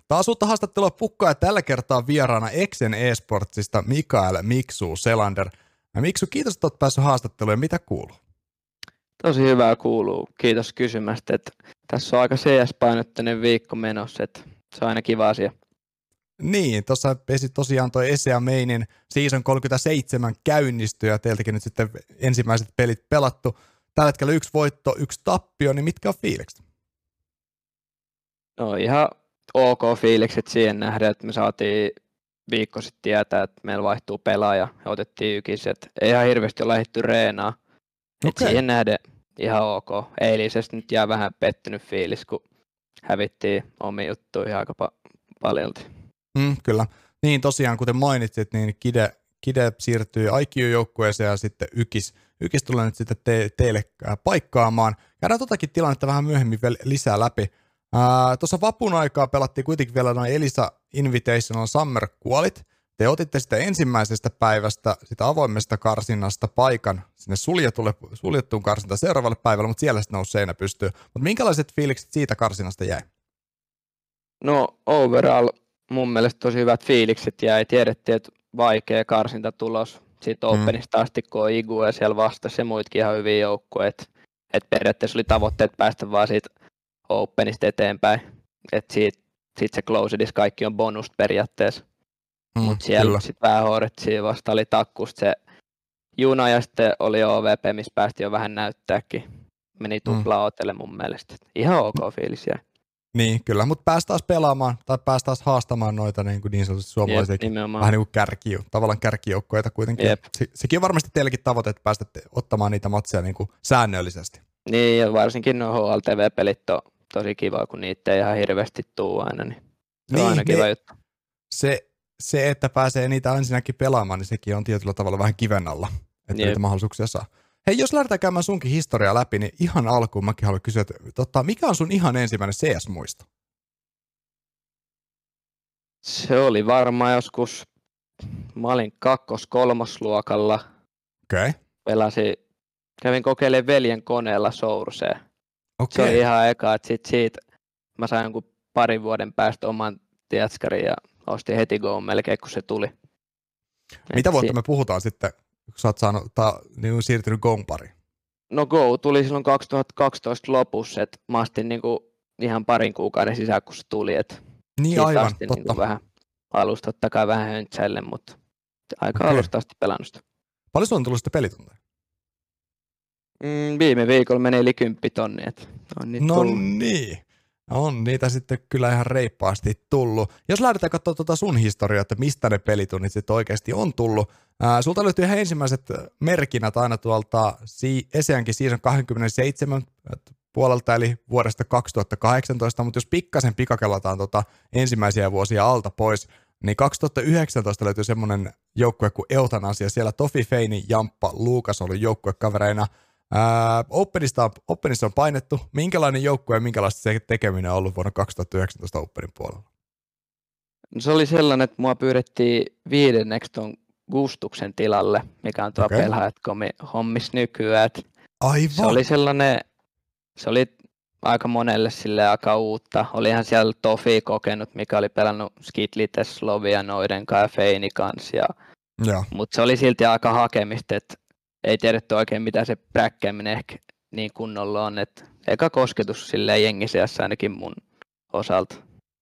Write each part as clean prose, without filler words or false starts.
Taas uutta haastattelua pukkaa ja tällä kertaa vieraana Exen eSportsista Mikael Miksu Selander. Ja Miksu, kiitos, että olet päässyt haastatteluun ja mitä kuuluu? Tosi hyvää kuuluu. Kiitos kysymästä. Että tässä on aika CS-painotteinen viikko menossa, että se on aina kiva asia. Niin, tuossa tosiaan toi ESEA Mainin Season 37 käynnistyi ja teiltäkin nyt sitten ensimmäiset pelit pelattu. Tällä hetkellä 1 voitto, 1 tappio, niin mitkä on fiilikset? No ihan ok fiilikset siihen nähdä, että me saatiin viikko sitten tietää, että meillä vaihtuu pelaaja ja otettiin ykis, että ei ihan hirveästi ole lähdetty reenaa. Okay. Siihen nähden ihan ok. Eilisestä nyt jää vähän pettynyt fiilis, kun hävittiin omiin juttuihin aika paljolti. Kyllä. Niin tosiaan, kuten mainitsit, niin Kide siirtyy IQ-joukkueeseen ja sitten Ykis tulee nyt sitten teille paikkaamaan. Käydään totakin tilannetta vähän myöhemmin vielä lisää läpi. Tuossa vapun aikaa pelattiin kuitenkin vielä noin Elisa Invitational Summer Qualit. Te otitte sitä ensimmäisestä päivästä, sitä avoimesta karsinnasta paikan sinne suljettuun karsintaan seuraavalle päivälle, mutta siellä sitten nousi seinä pystyyn. Mutta minkälaiset fiilikset siitä karsinnasta jäi? No overall mun mielestä tosi hyvät fiilikset jäi. Tiedettiin, että vaikea karsinta tulos. Sitten Openista asti, kun on Igu ja siellä vastasi ja muitakin ihan hyviä joukkueet. Että periaatteessa oli tavoitteet päästä vaan siitä Openista eteenpäin. Että siitä se Closedissa kaikki on bonus periaatteessa. Mutta siellä sitten vähän Hortsia vasta oli takkusta se juna ja sitten oli OVP, missä päästiin jo vähän näyttääkin. Meni tuplaa otelle mun mielestä. Ihan ok fiilis jäi. Niin, kyllä, mutta pääsi taas pelaamaan tai pääsi taas haastamaan noita niin sanotusti suomalaisiakin vähän niin kuin tavallaan kärkijoukkoita kuitenkin. Sekin on varmasti teillekin tavoite, että päästätte ottamaan niitä matseja niin kuin säännöllisesti. Niin, ja varsinkin nuo HLTV-pelit on tosi kiva, kun niitä ei ihan hirveästi tuu aina, niin se on aina kiva juttu. Se, että pääsee niitä ensinnäkin pelaamaan, niin sekin on tietyllä tavalla vähän kiven alla, että niitä mahdollisuuksia saa. Hei, jos lähdetään käymään sunkin historiaa läpi, niin ihan alkuun mäkin haluan kysyä, että mikä on sun ihan ensimmäinen CS-muisto? Se oli varmaan joskus, mä olin 2-3 Okei. Kävin kokeilemaan veljen koneella Soursea. Okei. Se oli ihan eka, että siitä mä sain jonkun parin vuoden päästä oman tietskarin ja ostin heti Goon melkein, kun se tuli. Mitä vuotta me puhutaan sitten, kun sä oot niin siirtynyt Goon pariin? No Go tuli silloin 2012 lopussa, että mä astin ihan parin kuukauden sisään, kun se tuli. Niin aivan, totta. Niin vähän alusta, totta kai vähän höntsäille, mutta aika alusta asti pelannut sitä. Paljon sulla on tullut sitä pelitunteja? Viime viikolla meni yli 10 000. Niin. On niitä sitten kyllä ihan reippaasti tullut. Jos lähdetään katsomaan sun historiaa, että mistä ne pelitunnit sitten oikeasti on tullut. Sulta löytyy ihan ensimmäiset merkinnät aina tuolta ESEANkin Season 27 puolelta, eli vuodesta 2018, mutta jos pikkasen pikakellataan ensimmäisiä vuosia alta pois, niin 2019 löytyy semmoinen joukkue kuin Eutanasia. Siellä Tofi, Feini, Jamppa, Luukas oli joukkuekavereina. Openissa on painettu. Minkälainen joukkue ja minkälaista se tekeminen on ollut vuonna 2019 Openin puolella? No se oli sellainen, että mua pyydettiin 5. ton Gustuksen tilalle, mikä on tuo Pelhaetkomi hommissa nykyään. Aivan. Se oli aika monelle sille aika uutta. Olihan siellä Tofi kokenut, mikä oli pelannut Skidlites, Slovia, noiden kanssa ja Feini kanssa. Mutta se oli silti aika hakemista, että ei tiedetty oikein mitä se präkkääminen ehkä niin kunnolla on, että eka kosketus silleen jengisiässä ainakin mun osalta.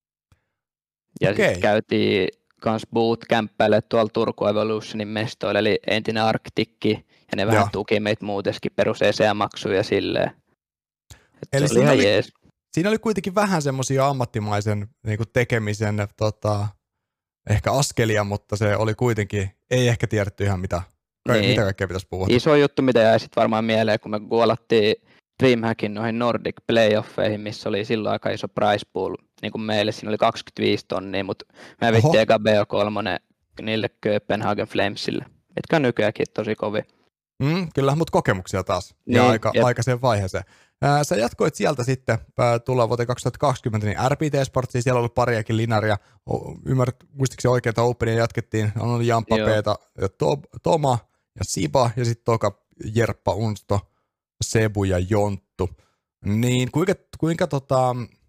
Ja sitten käytiin kans bootcamppäille tuolla Turku Evolutionin mestoilla, eli entinen Arktikki, ja ne vähän tuki meitä muuteskin perus ESEA-maksuja silleen. Eli siinä oli kuitenkin vähän semmoisia ammattimaisen niin kuin tekemisen ehkä askelia, mutta se oli kuitenkin, ei ehkä tiedetty ihan mitä kaikkea pitäisi puhua. Iso juttu, mitä jäi sitten varmaan mieleen, kun me kuolattiin DreamHackin noihin Nordic playoffeihin, missä oli silloin aika iso prize pool, niin kuin meille siinä oli 25 000, mutta me hävittiin eka BO3 niille Copenhagen Flamesille, mitkä on nykyäänkin tosi kovin. Kyllä, mutta kokemuksia taas ja aikaiseen vaiheeseen. Sä jatkoit sieltä sitten tulla vuoteen 2020 niin RPT Sportsiin, siellä on ollut pariakin linaria, muistaakseni oikeita Openia jatkettiin, on ollut Jampa, Peeta, ja Toma ja Siba ja sitten Toka, Jerppa, Unsto, Sebu ja Jonttu. Niin kuinka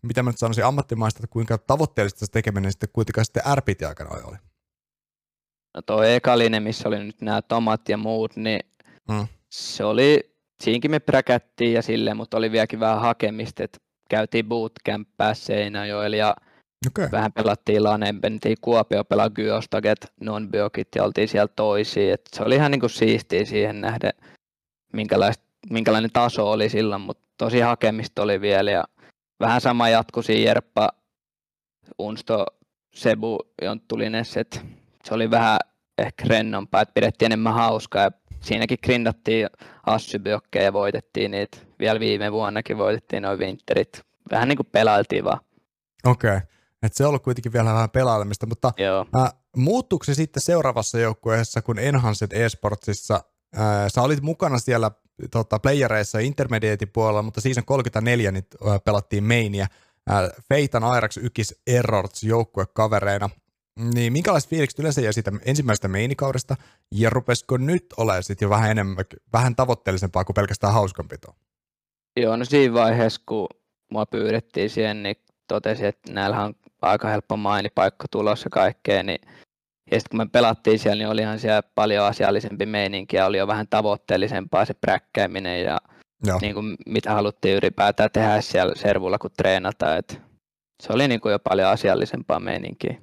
mitä mä nyt sanoisin ammattimaista, että kuinka tavoitteellista se tekeminen sitten kuitenkaan sitten RPT-aikana oli? No tuo ekalinen, missä oli nyt nämä tomat ja muut, niin se oli, siinkin me präkättiin ja silleen, mutta oli vieläkin vähän hakemista, että käytiin bootcampää Seinäjoella ja vähän pelattiin LANeen, mentiin Kuopio pelaa Gyostaget, non-biokit ja oltiin siellä toisia. Et se oli ihan niin kuin siistiä siihen nähden, minkälainen taso oli silloin, mutta tosi hakemista oli vielä ja vähän sama jatkui siinä Jerppa, Unsto, Sebu, Jonttulines, että se oli vähän ehkä rennompaa, että pidettiin enemmän hauskaa ja siinäkin grindattiin assybiokkeja ja voitettiin niitä. Vielä viime vuonnakin voitettiin noin winterit. Vähän niin kuin pelailtiin vaan. Okei. Että se on ollut kuitenkin vielä vähän pelailemista, mutta muuttuuko se sitten seuraavassa joukkueessa, kun Enhanced Esportsissa, sä olit mukana siellä playereissa intermediatein puolella, mutta season 34 niin pelattiin mainia, Feitan, Airax, Ykis, Errorts joukkuekavereina. Niin minkälaiset fiilikset yleensä jäi siitä ensimmäisestä mainikaudesta, ja rupesiko nyt olemaan sitten jo vähän tavoitteellisempaa kuin pelkästään hauskanpitoa? Joo, no siinä vaiheessa, kun mua pyydettiin siihen, niin totesin, että näillähän on aika helppo mainipaikka tulossa kaikkea, niin ja sitten kun me pelattiin siellä, niin olihan siellä paljon asiallisempi meininki ja oli jo vähän tavoitteellisempaa se präkkääminen ja niin kuin mitä haluttiin ylipäätään tehdä siellä servulla, kun treenata. Et se oli niin kuin jo paljon asiallisempaa meininkiä.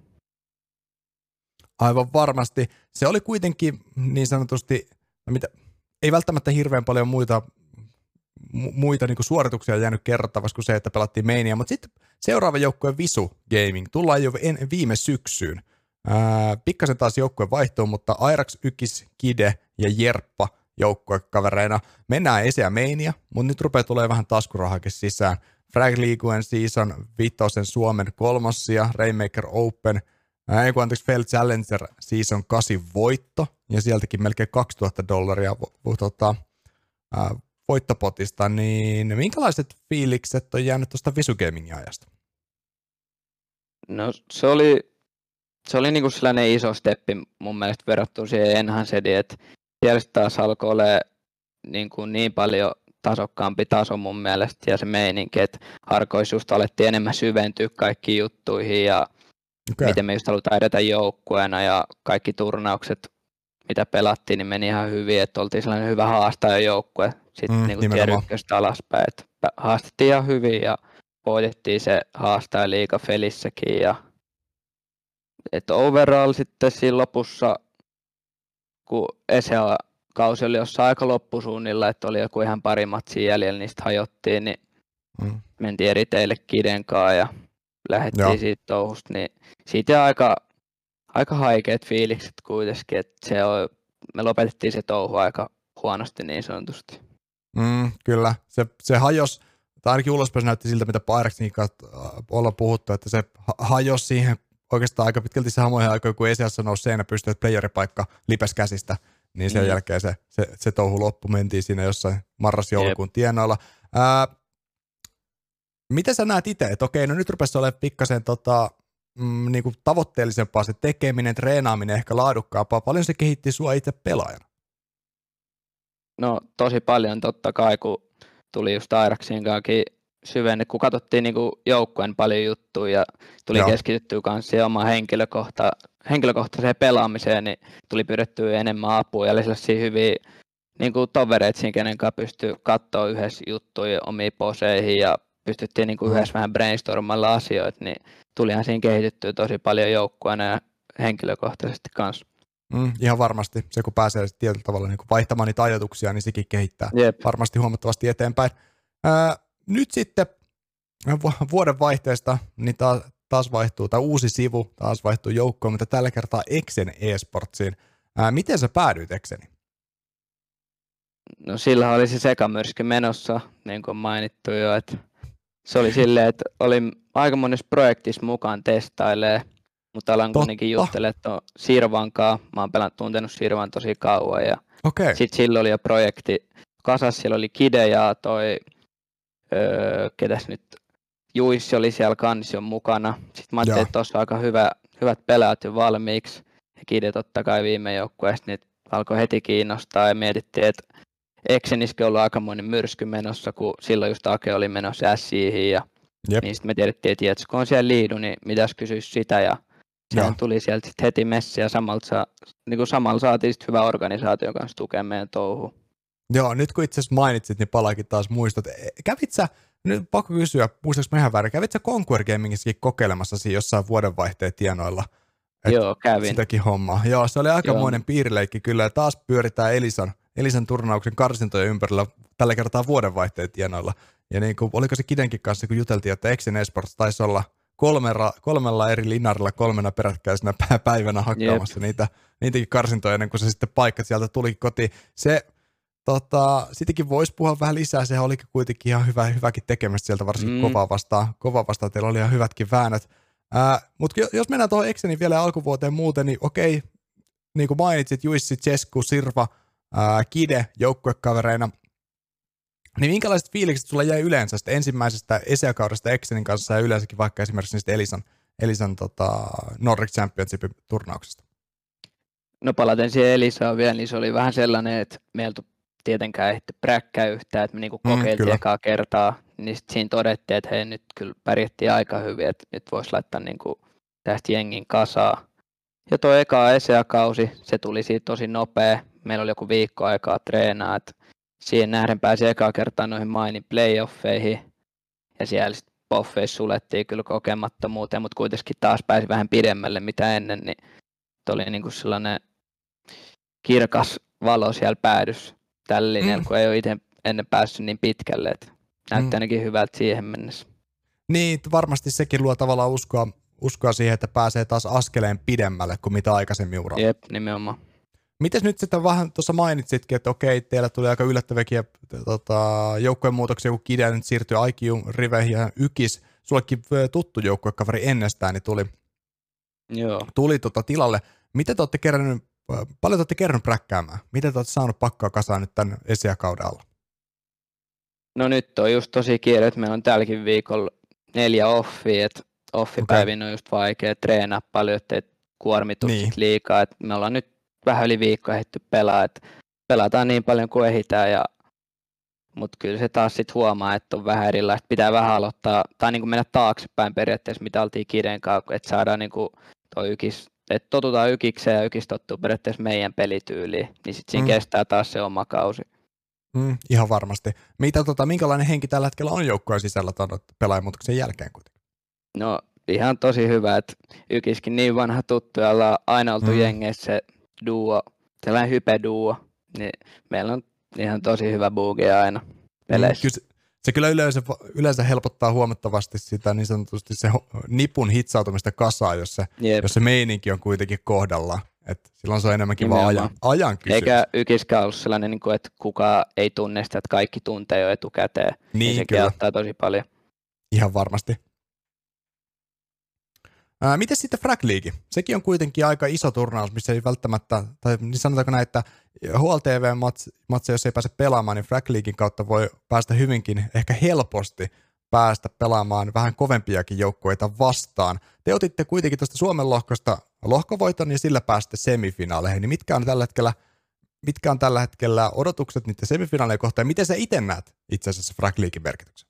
Aivan varmasti. Se oli kuitenkin niin sanotusti, ei välttämättä hirveän paljon muita niin kuin suorituksia jäänyt kerrottavaksi kuin se, että pelattiin mainia, mutta sitten seuraava joukkue Visu Gaming, tullaan jo viime syksyyn. Pikkasen taas joukkue vaihtuu, mutta Airax, Ykis, Kide ja Jerppa joukkuekavereina mennään esiä mainia, mutta nyt rupeaa tulemaan vähän taskurahakin sisään. Frag Leagueen Season 5 Suomen kolmossia, Rainmaker Open, Fail Challenger Season 8 voitto, ja sieltäkin melkein $2,000 voittopotista, niin minkälaiset fiilikset on jäänyt tuosta Visu Gamingin ajasta? No se oli niinku sellainen iso steppi mun mielestä verrattuna siihen Enhancediin, että siellä taas alkoi olla niin paljon tasokkaampi taso mun mielestä ja se meininki, että harkoissa just alettiin enemmän syventyä kaikkiin juttuihin ja miten me just halutaan edetä joukkueena ja kaikki turnaukset, mitä pelattiin, niin meni ihan hyvin, että oltiin sellainen hyvä haastaja-joukkue sitten niinku tier 1 alaspäin, että haastettiin ihan hyvin ja voitettiin se haastaja-liiga Felissäkin ja että overall sitten siinä lopussa, kun ESEA-kausi oli jossain aika loppusuunnilla, että oli joku ihan pari matsia jäljellä, niin sitten hajottiin, niin mentiin eri teille Kiden kanssa ja lähdettiin siitä touhusta, niin siitä jäi aika haikeat fiilikset kuitenkin, että me lopetettiin se touhu aika huonosti niin sanotusti. Kyllä, se hajosi, tai ainakin ulospäin näytti siltä, mitä Airaxin kanssa ollaan puhuttu, että se hajosi siihen oikeastaan aika pitkälti samoihin aikoihin, kun ESEassa nousi seinä pystyy, että playeripaikka lipes käsistä, niin sen jälkeen se touhu loppu, mentiin siinä jossain marras-joulukuun tienoilla. Miten sä näet itse, että okei, no nyt rupesi olemaan pikkasen niinku tavoitteellisempaa se tekeminen, treenaaminen ehkä laadukkaampaa. Paljon se kehitti sua itse pelaajana? No tosi paljon totta kai, kun tuli just Airaxin kanssa syvenne, kun katsottiin niinku joukkueen paljon juttuja ja tuli keskityttyä kanssa siihen omaan henkilökohtaiseen pelaamiseen, niin tuli pyydettyä enemmän apua ja oli sellaisia hyviä niinku tovereita siinä, kenen kanssa pystyi katsoa yhdessä juttuja omiin poseihin ja pystyttiin niinku yhdessä vähän brainstormalla asioita, niin tulihan siinä kehityttyä tosi paljon joukkueena ja henkilökohtaisesti kanssa. Ihan varmasti. Se kun pääsee tietyllä tavalla niin vaihtamaan niitä ajatuksia, niin sekin kehittää varmasti huomattavasti eteenpäin. Nyt sitten vuoden vaihteesta niin taas vaihtuu, tai uusi sivu taas vaihtuu joukkoon, mutta tällä kertaa Exen eSportsiin. Miten sä päädyit Exeniin? No sillä oli se sekamyrsky menossa, niin kuin mainittu jo, että se oli silleen, että olin aika monessa projektissa mukaan testailemaan, mutta alan kuitenkin juttelemaan Sirvankaan. Mä oon tuntenut Sirvan tosi kauan ja sitten silloin oli jo projekti kasassa, siellä oli Kide ja ketäs nyt, Juissi oli siellä kansion mukana. Sitten mä ajattelin, että tuossa on aika hyvät pelaajat jo valmiiksi. Ja Kide totta kai viime joukkueesta niin alkoi heti kiinnostaa ja mietittiin, että Exeniskin on ollut aikamoinen myrsky menossa, kun silloin just Ake oli menossa SI:hin ja Jep. Niin sitten me tiedettiin, että Jetsko on siellä liidu, niin mitäs kysyisi sitä, ja sehän tuli sieltä sitten heti messi, ja samalla saatiin sitten hyvä organisaation kanssa tukea meidän touhuun. Joo, nyt kun itse asiassa mainitsit, niin palaakin taas muistot. Kävit sä, nyt pakko kysyä, muistaaks mä ihan väärin, kävit sä Conquer Gamingissakin kokeilemassa siinä jossain vuodenvaihteen tienoilla? Joo, kävin. Sitäkin hommaa. Joo, se oli aikamoinen piirileikki kyllä, ja taas pyöritään Elisan turnauksen karsintojen ympärillä tällä kertaa vuodenvaihteen tienoilla. Ja niin kuin, oliko se Kidenkin kanssa, kun juteltiin, että Exen Esports taisi olla kolmella eri linarilla 3 peräkkäisenä päivänä hakkaamassa niitäkin karsintoja, ennen kuin se sitten paikka sieltä tuli kotiin. Se sitäkin voisi puhua vähän lisää, sehän olikin kuitenkin ihan hyväkin tekemistä sieltä, varsinkin kovaa vastaan, teillä oli ihan hyvätkin väännöt. Mutta jos mennään tuohon Exenin vielä alkuvuoteen muuten, niin okei, niin kuin mainitsit, Juissi, Chesku, Sirva, Kide joukkuekavereina, niin minkälaiset fiilikset sulla jäi yleensä sitä ensimmäisestä ESEA-kaudesta Exenin kanssa ja yleensäkin vaikka esimerkiksi niistä Elisan Nordic Championshipin turnauksesta? No palaten siihen Elisaan vielä, niin se oli vähän sellainen, että meiltä tietenkään ehti präkkää yhtään, että me niinku kokeiltiin ekaa kertaa, niin sitten siinä todettiin, että hei, nyt kyllä pärjättiin aika hyvin, että nyt voisi laittaa niinku tästä jengin kasaa. Ja tuo eka ESEA-kausi, se tuli siitä tosi nopea, meillä oli joku viikko aikaa treenaa, että siihen nähden pääsi ekaa kertaa noihin mainin playoffeihin, ja siellä sitten boffeissa sulettiin kyllä kokemattomuuteen, mutta kuitenkin taas pääsi vähän pidemmälle mitä ennen, niin oli niinku sellainen kirkas valo siellä päädyssä tällä linjalla, kun ei ole itse ennen päässyt niin pitkälle, että näytti ainakin hyvältä siihen mennessä. Niin, varmasti sekin luo tavallaan uskoa siihen, että pääsee taas askeleen pidemmälle kuin mitä aikaisemmin uralla. Jep, nimenomaan. Mites nyt sitten vähän tuossa mainitsitkin, että okei, teillä tuli aika yllättäviäkin joukkojen muutoksia, kun Kide nyt siirtyi IQ-riveihin ja Ykis, sullekin tuttu joukkuekaveri ennestään, niin tuli tilalle. Miten te olette paljon te olette kerännyt präkkäämään? Miten te olette saanut pakkaa kasaan nyt tämän ESEA-kauden alla? No nyt on just tosi kiire, että meillä on tälläkin viikolla 4 offia, että offipäivin on just vaikea treenaa paljon, ettei kuormitu liikaa. Et me ollaan nyt vähän yli viikko ehditty pelaa, että pelataan niin paljon kuin ehditään, mutta kyllä se taas sitten huomaa, että on vähän erilaista. Pitää vähän aloittaa, tai niin kuin mennä taaksepäin periaatteessa, mitä oltiin Kiden kanssa, että saadaan niin kuin toi että totutaan Ykikseen ja Ykis tottuu periaatteessa meidän pelityyliin, niin sitten siinä kestää taas se oma kausi. Ihan varmasti. Minkälainen henki tällä hetkellä on joukkojen sisällä pelaajamuutoksen jälkeen kuitenkin? No ihan tosi hyvä, että Ykiskin niin vanha tuttu ja ollaan aina oltu jengeissä se duo, sellainen hype-duo, niin meillä on ihan tosi hyvä bugi aina peleissä. Se kyllä yleensä helpottaa huomattavasti sitä niin sanotusti se nipun hitsautumista kasaan, jos se meininki on kuitenkin kohdallaan. Et silloin se on enemmänkin vaan ajan kysymys. Eikä Ykiskään ollut sellainen, että kukaan ei tunne sitä, että kaikki tuntee jo etukäteen. Niin, sekin auttaa tosi paljon. Ihan varmasti. Miten sitten Frag League? Sekin on kuitenkin aika iso turnaus, missä ei välttämättä, tai niin sanotaanko näin, että HLTV-matseja, jos ei pääse pelaamaan, niin Frag Leaguein kautta voi päästä hyvinkin, ehkä helposti päästä pelaamaan vähän kovempiakin joukkueita vastaan. Te otitte kuitenkin tuosta Suomen lohkosta lohkovoiton ja sillä pääsitte semifinaaleihin, niin mitkä on tällä hetkellä odotukset niiden semifinaaleja kohtaan, ja miten sä itse näet itse asiassa Frag Leaguein merkityksen?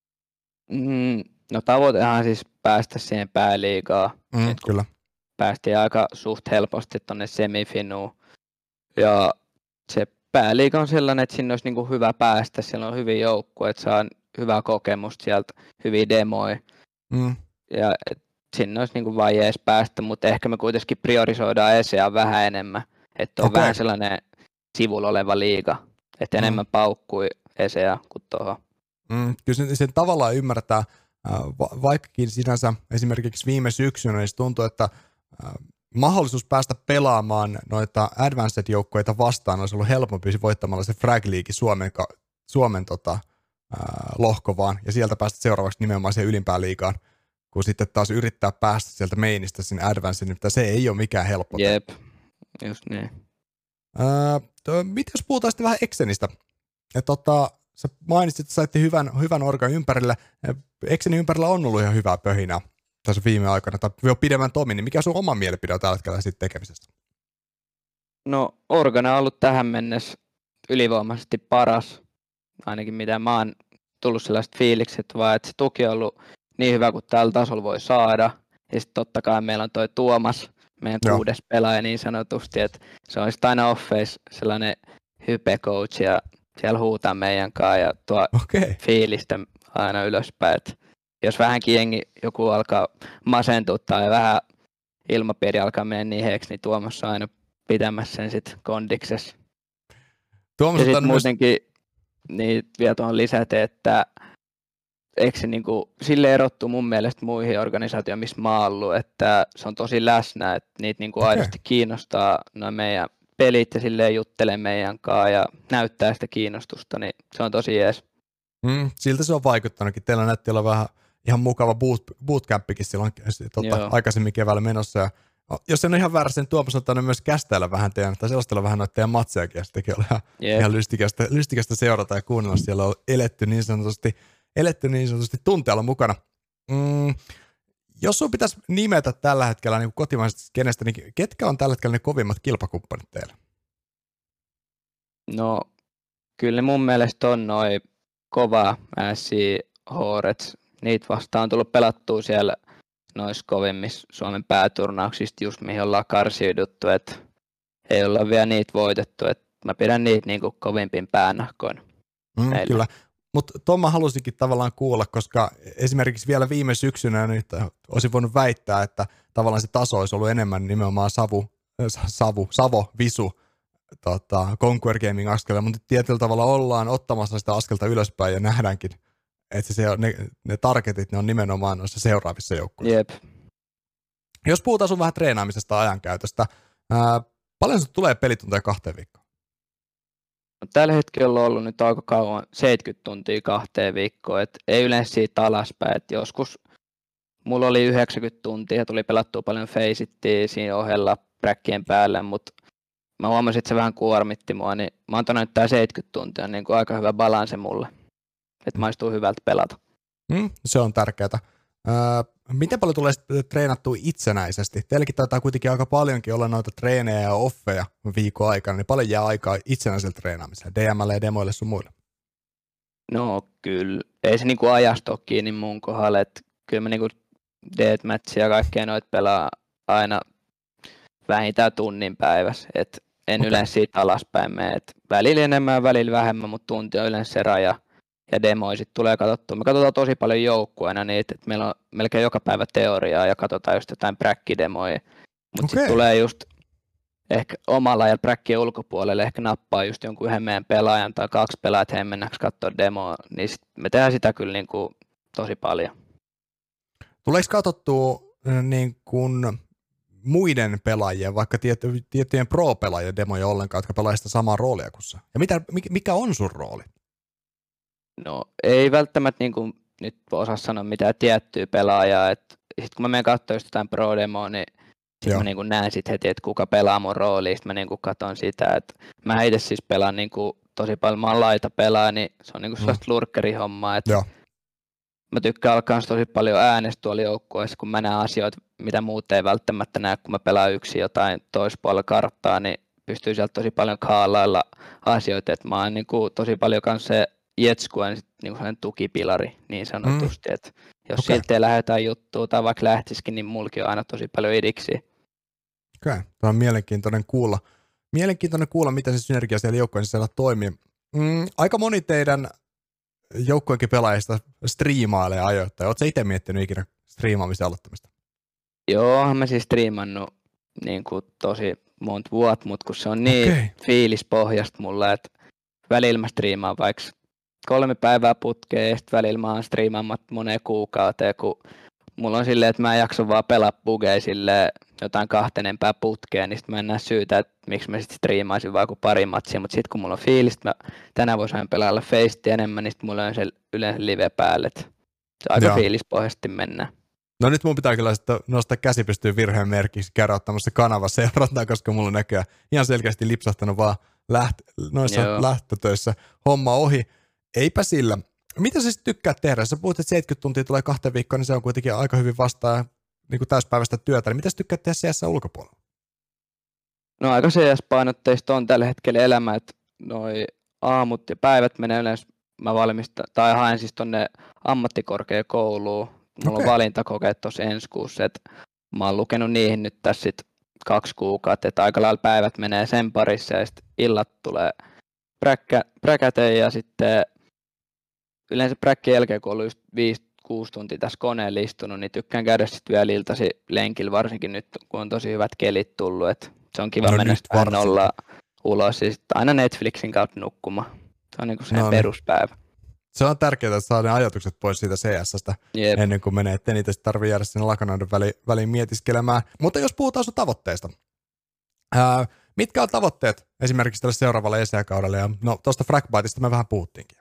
No tavoitehan siis päästä siihen pääliigaan. Kyllä. Päästiin aika suht helposti tuonne semifinuun. Ja se pääliiga on sellainen, että sinne olisi niinku hyvä päästä. Siellä on hyviä joukkueita, että saa hyvää kokemusta sieltä, hyviä demoja. Ja sinne olisi niinku vaan jees päästä, mutta ehkä me kuitenkin priorisoidaan ESEA vähän enemmän. Että on vähän sellainen sivulla oleva liiga. Että enemmän paukkui ESEA kuin tuohon. Kyllä sen tavallaan ymmärtää, vaikkakin sinänsä esimerkiksi viime syksynä niin tuntuu, että mahdollisuus päästä pelaamaan noita Advanced-joukkoita vastaan olisi ollut helpompi voittamalla se Frag League Suomen lohko vaan, ja sieltä päästä seuraavaksi nimenomaan siihen ylimpään liigaan, kun sitten taas yrittää päästä sieltä mainista sinne Advanced, mutta se ei ole mikään helppo. Jep, just niin. Mitä jos puhutaan sitten vähän Exenistä? Sä mainitsit, että saitte hyvän organ ympärille. Exenin ympärillä on ollut ihan hyvää pöhinää tässä viime aikoina, tai jo pidemmän Tomi, niin mikä sun oma mielipide on tällä hetkellä siitä tekemisestä? No organa on ollut tähän mennessä ylivoimaisesti paras, ainakin mitä mä oon tullut sellaiset fiilikset, vaan että se tuki on ollut niin hyvä kuin tällä tasolla voi saada. Ja sitten totta kai meillä on toi Tuomas, meidän 6. pelaaja niin sanotusti, että se on sitten aina off-face sellainen hype-coach ja siellä huutaa meidän kanssa ja tuo fiilistä aina ylöspäin. Et jos vähänkin jengi joku alkaa masentua tai vähän ilmapiiri alkaa mennä niin heeksi, niin Tuomas on aina pitämässä sen sitten kondiksessa. Tuomas ja sitten muutenkin niin vielä tuohon lisätä, että eikö se niinku, sille erottuu mun mielestä muihin organisaatioihin, missä mä oon ollut, että se on tosi läsnä, että niitä niinku aidosti kiinnostaa noin meidän pelit ja silleen juttelee meidän kanssa ja näyttää sitä kiinnostusta, niin se on tosi jees. Siltä se on vaikuttanutkin. Teillä näytti olla vähän ihan mukava bootcampikin silloin aikaisemmin keväällä menossa. Ja jos en ole ihan väärä, sen Tuomas on myös kästäillä vähän teidän, tai selostella vähän noita teidän matsejakin, ja sitäkin on ihan lystikästä seurata ja kuunnella. Siellä on eletty niin sanotusti tunteella mukana. Jos sun pitäisi nimetä tällä hetkellä niin kotimaisesta skenestä, niin ketkä on tällä hetkellä ne kovimmat kilpakumppanit teille? No, kyllä mun mielestä on noi kova SC Horets. Niitä vastaan on tullut pelattua siellä noissa kovimmissa Suomen pääturnauksista, just mihin ollaan karsiuduttu, että ei olla vielä niitä voitettu. Et mä pidän niitä niinku kovimpin päänahkoina. Kyllä. Mutta tuon mä halusinkin tavallaan kuulla, koska esimerkiksi vielä viime syksynä nyt olisin voinut väittää, että tavallaan se taso olisi ollut enemmän nimenomaan Savo, Visu, Conquer Gaming askelta, mutta tietyllä tavalla ollaan ottamassa sitä askelta ylöspäin ja nähdäänkin, että ne targetit ne on nimenomaan noissa seuraavissa joukkueissa. Jep. Jos puhutaan sun vähän treenaamisesta ajankäytöstä, paljon sun tulee pelitunteja 2 viikkoon? Tällä hetkellä on ollut nyt aika kauan 70 tuntia 2 viikkoon, et ei yleensä siitä alaspäin, et joskus mulla oli 90 tuntia, tuli pelattua paljon feisittiä siinä ohella präkkien päälle, mutta mä huomasin, että se vähän kuormitti mua, niin mä oon nyt tää 70 tuntia, niin kuin aika hyvä balanse mulle, että maistuu hyvältä pelata. Se on tärkeää. Miten paljon tulee treenattua itsenäisesti? Teilläkin taitaa kuitenkin aika paljonkin olla noita treenejä ja offeja viikon aikana, niin paljon jää aikaa itsenäiselle treenaamiselle, DM:lle ja demoille sun muille? No kyllä, ei se niinku ajasta ole kiinni mun kohdalla, että kyllä mä niinku deathmatchia ja kaikkea noita pelaa aina vähintään tunnin päivässä, että en yleensä siitä alaspäin mene, että välillä enemmän ja välillä vähemmän, mutta tunti on yleensä se raja. Ja demoja sitten tulee katsottua. Me katsotaan tosi paljon joukkueena niitä, että meillä on melkein joka päivä teoriaa ja katsotaan just jotain präkkidemoja. Mutta sitten tulee just ehkä omalla ja präkkien ulkopuolelle ehkä nappaa just jonkun yhden meidän pelaajan tai 2 pelaajat heidän mennäänkö katsoa demoa, niin me tehdään sitä kyllä niin kuin tosi paljon. Tuleeko katsottua niin kuin muiden pelaajien, vaikka tiettyjen pro-pelaajien demoja ollenkaan, jotka pelaa sitä samaa roolia kuin sä? Ja mikä on sun rooli? No ei välttämättä niin kuin nyt osaa sanoa mitään tiettyä pelaajaa, että sitten kun mä menen katsomaan just jotain pro-demoa, niin sitten mä niin kuin näen sit heti, että kuka pelaa mun rooliin, sitten mä niin kuin katson sitä, että mä itse siis pelaan niin kuin tosi paljon, mä oon laita pelaa, niin se on niin kuin sellaista lurkkerihommaa, että mä tykkään alkaa tosi paljon äänestä tuolla joukkueessa, kun mä näen asioita, mitä muut ei välttämättä näe, kun mä pelaan yksin jotain toispuolella karttaa, niin pystyy sieltä tosi paljon kaalailla asioita, että mä oon niin kuin tosi paljon kanssa se jetskuen niin sellainen tukipilari niin sanotusti, että jos siltä ei lähde jotain juttua tai vaikka lähtisikin, niin mullakin on aina tosi paljon idiksiä. Okei, tämä on mielenkiintoinen kuulla. Miten se synergia siellä joukkojen sisällä toimii. Aika moni teidän joukkojenkin pelaajista striimailee ajoittain. Oletko sä itse miettinyt ikinä striimaamisen aloittamista? Joo, mä siis striimannut niin kuin tosi monta vuotta, mutta kun se on niin fiilispohjasta mulla, että välillä mä striimaan vaikka 3 päivää putkeen ja sitten välillä mä oon striimaamat moneen kuukauteen, kun mulla on silleen, että mä en jaksa vaan pelaa bugeja silleen jotain 2 putkeen, niin sitten mä en näe syytä, että miksi mä sitten striimaisin vaan kuin pari matsia, mutta sitten kun mulla on fiilistä, mä tänään voisin pelailla Faceit enemmän, niin sitten mulla on se yleensä live päälle, että se aika fiilispohjasti mennään. No nyt mun pitää kyllä sitten nostaa käsi pystyyn virheen merkiksi, käydä ottamassa kanava seurantaa, koska mulla on näköjään ihan selkeästi lipsahtanut vaan noissa lähtötöissä homma ohi. Eipä sillä. Mitä sä sitten tykkäät tehdä? Sä puhut, että 70 tuntia tulee 2 viikkoa, niin se on kuitenkin aika hyvin vastaan niin kuin täyspäiväistä työtä. Niin mitä sä tykkäät tehdä CS ulkopuolella? No aika CS-painotteista on tällä hetkellä elämä, että noi aamut ja päivät menee yleensä, mä haen siis tonne ammattikorkeakouluun mulla on valintakokeet tuossa ensi kuussa, että mä oon lukenut niihin nyt tässä sit 2 kuukautta, että aika lailla päivät menee sen parissa ja sitten illat tulee präkäteen ja sitten yleensä präkkien jälkeen, kun on ollut 5-6 tuntia tässä koneella istunut, niin tykkään käydä sitten vielä iltasi lenkillä, varsinkin nyt, kun on tosi hyvät kelit tullut, että se on kiva mennä sitten vähän nolla ulos ja sitten aina Netflixin kautta nukkumaan. Se on niinku se peruspäivä. Se on tärkeää, että saa ne ajatukset pois siitä CS:stä ennen kuin menee, ettei niitä tarvitse jäädä sinne lakanoiden väliin mietiskelemään. Mutta jos puhutaan sun tavoitteista, mitkä on tavoitteet esimerkiksi tälle seuraavalle ESEA-kaudelle? Ja no tuosta Fragbiteista me vähän puhuttiinkin.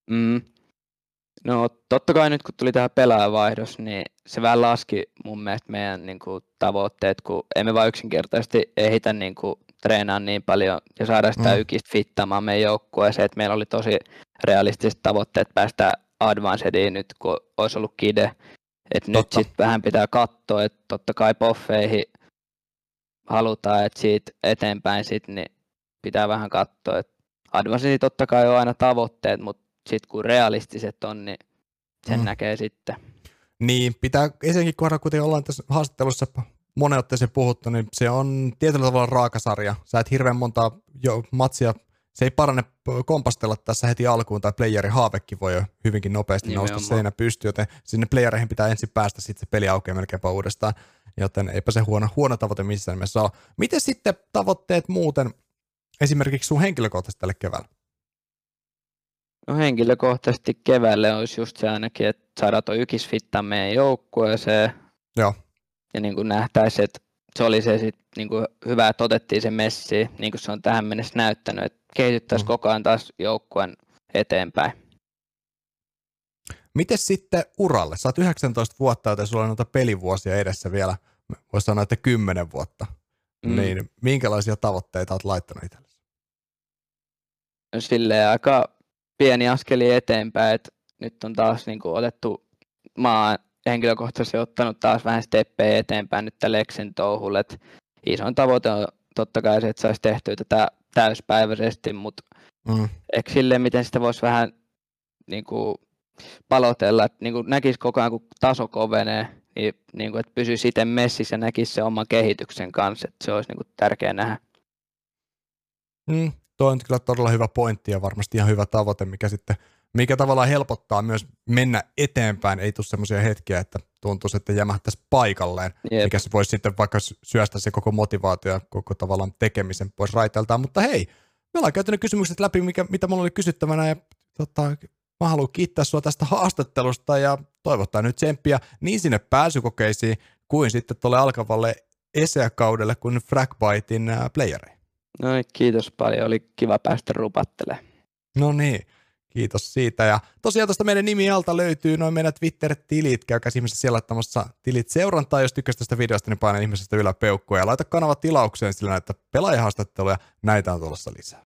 No totta kai nyt kun tuli tähän pelaajavaihdos, niin se vähän laski mun mielestä meidän niin kuin, tavoitteet, kun emme vaan yksinkertaisesti ehitä niin kuin, treenaa niin paljon ja saada sitä ykistä fittaamaan meidän joukkueeseen, että meillä oli tosi realistiset tavoitteet päästä Advancediin nyt, kun olisi ollut kide. Että nyt sitten vähän pitää katsoa, että totta kai poffeihin halutaan, että siitä eteenpäin sit, niin pitää vähän katsoa, että Advancedi totta kai on aina tavoitteet, mutta sitten kun realistiset on, niin sen näkee sitten. Niin, pitää ensinnäkin kohdalla, kuten ollaan tässä haastattelussa monen otteeseen puhuttu, niin se on tietyllä tavalla raakasarja. Sä et hirveän monta matsia, se ei parane kompastella tässä heti alkuun, tai playerin haavekin voi jo hyvinkin nopeasti nousta seinä pystyyn, joten sinne playereihin pitää ensin päästä, sitten se peli aukeaa melkeinpä uudestaan, joten eipä se huono tavoite missään nimessä ole. Miten sitten tavoitteet muuten, esimerkiksi sun henkilökohtaisesti tälle keväällä? No henkilökohtaisesti keväälle olisi just se ainakin, että saadaan tuo ykis fittaa meidän joukkueeseen. Joo. Ja niin kuin nähtäisiin, että se oli se sit, niin kuin hyvä, että otettiin se messi, niin kuin se on tähän mennessä näyttänyt, että kehityttäisiin koko ajan taas joukkueen eteenpäin. Miten sitten uralle? Sä oot 19 vuotta, joten sulla on noita pelivuosia edessä vielä, voisi sanoa, että 10 vuotta. Niin minkälaisia tavoitteita oot laittanut itsellesi? No silleen aika pieni askeli eteenpäin, että nyt on taas niin kuin otettu, mä oon henkilökohtaisesti ottanut taas vähän steppejä eteenpäin nyt tällä Lexin touhulle, että isoin tavoite on totta kai se, että saisi tehtyä tätä täyspäiväisesti, mutta ehkä silleen, miten sitä voisi vähän niin kuin palotella, että niin kuin näkisi koko ajan, kun taso kovenee, niin kuin, että pysyisi siten messissä ja näkisi se oman kehityksen kanssa, että se olisi niin kuin tärkeää nähdä. Tuo on kyllä todella hyvä pointti ja varmasti ihan hyvä tavoite, mikä tavallaan helpottaa myös mennä eteenpäin. Ei tule semmoisia hetkiä, että tuntuisi, että jämähtäisi paikalleen, mikä se voisi sitten vaikka syöstä se koko motivaatio ja koko tavallaan tekemisen pois raiteiltaan. Mutta hei, me ollaan käyty ne kysymykset läpi, mitä mulla oli kysyttävänä ja mä haluan kiittää sua tästä haastattelusta ja toivottaa nyt tsemppiä niin sinne pääsykokeisiin kuin sitten tuolle alkavalle ESEA-kaudelle kuin Fragbitein playereihin. No kiitos paljon, oli kiva päästä rupattelemaan. No niin, kiitos siitä. Ja tosiaan tuosta meidän nimi alta löytyy noin meidän Twitter-tilit. Käykää ihmeessä siellä laittamassa tilit seurantaa. Jos tykkäsit tästä videosta, niin paina ihmisestä yläpeukkua ja laita kanava tilaukseen, sillä näitä pelaajahaastatteluja näitä on tulossa lisää.